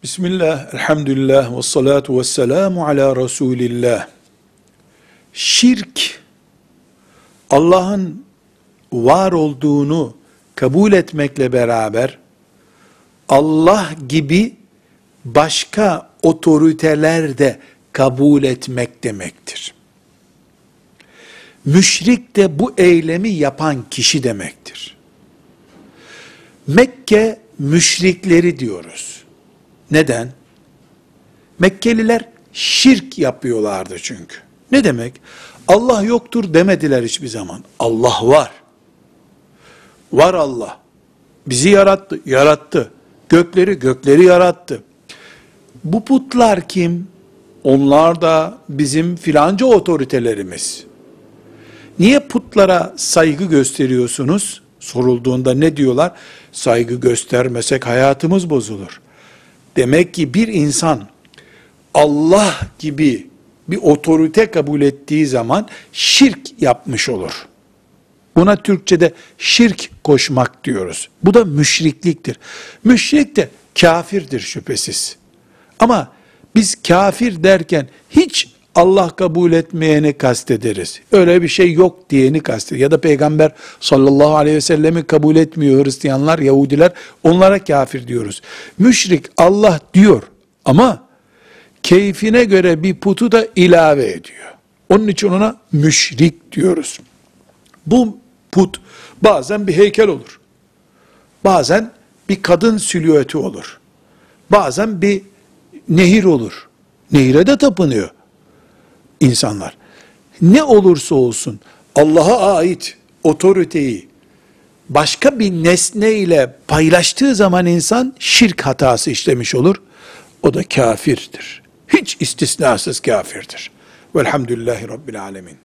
Bismillah, elhamdülillah, ve salatu ve selamu ala Resulillah. Şirk, Allah'ın var olduğunu kabul etmekle beraber, Allah gibi başka otoriteler de kabul etmek demektir. Müşrik de bu eylemi yapan kişi demektir. Mekke müşrikleri diyoruz. Neden? Mekkeliler şirk yapıyorlardı çünkü. Ne demek? Allah yoktur demediler hiçbir zaman. Allah var. Var Allah. Bizi yarattı, yarattı. Gökleri yarattı. Bu putlar kim? Onlar da bizim filanca otoritelerimiz. Niye putlara saygı gösteriyorsunuz? Sorulduğunda ne diyorlar? Saygı göstermesek hayatımız bozulur. Demek ki bir insan Allah gibi bir otorite kabul ettiği zaman şirk yapmış olur. Buna Türkçe'de şirk koşmak diyoruz. Bu da müşrikliktir. Müşrik de kafirdir şüphesiz. Ama biz kafir derken hiç Allah kabul etmeyeni kastederiz. Öyle bir şey yok diyeni kastederiz. Ya da Peygamber sallallahu aleyhi ve sellemi kabul etmiyor Hristiyanlar, Yahudiler, onlara kafir diyoruz. Müşrik Allah diyor ama keyfine göre bir putu da ilave ediyor. Onun için ona müşrik diyoruz. Bu put bazen bir heykel olur. Bazen bir kadın silüeti olur. Bazen bir nehir olur. Nehire de tapınıyor insanlar. Ne olursa olsun Allah'a ait otoriteyi başka bir nesne ile paylaştığı zaman insan şirk hatası işlemiş olur. O da kafirdir. Hiç istisnasız kafirdir. Velhamdülillahi Rabbil Alemin.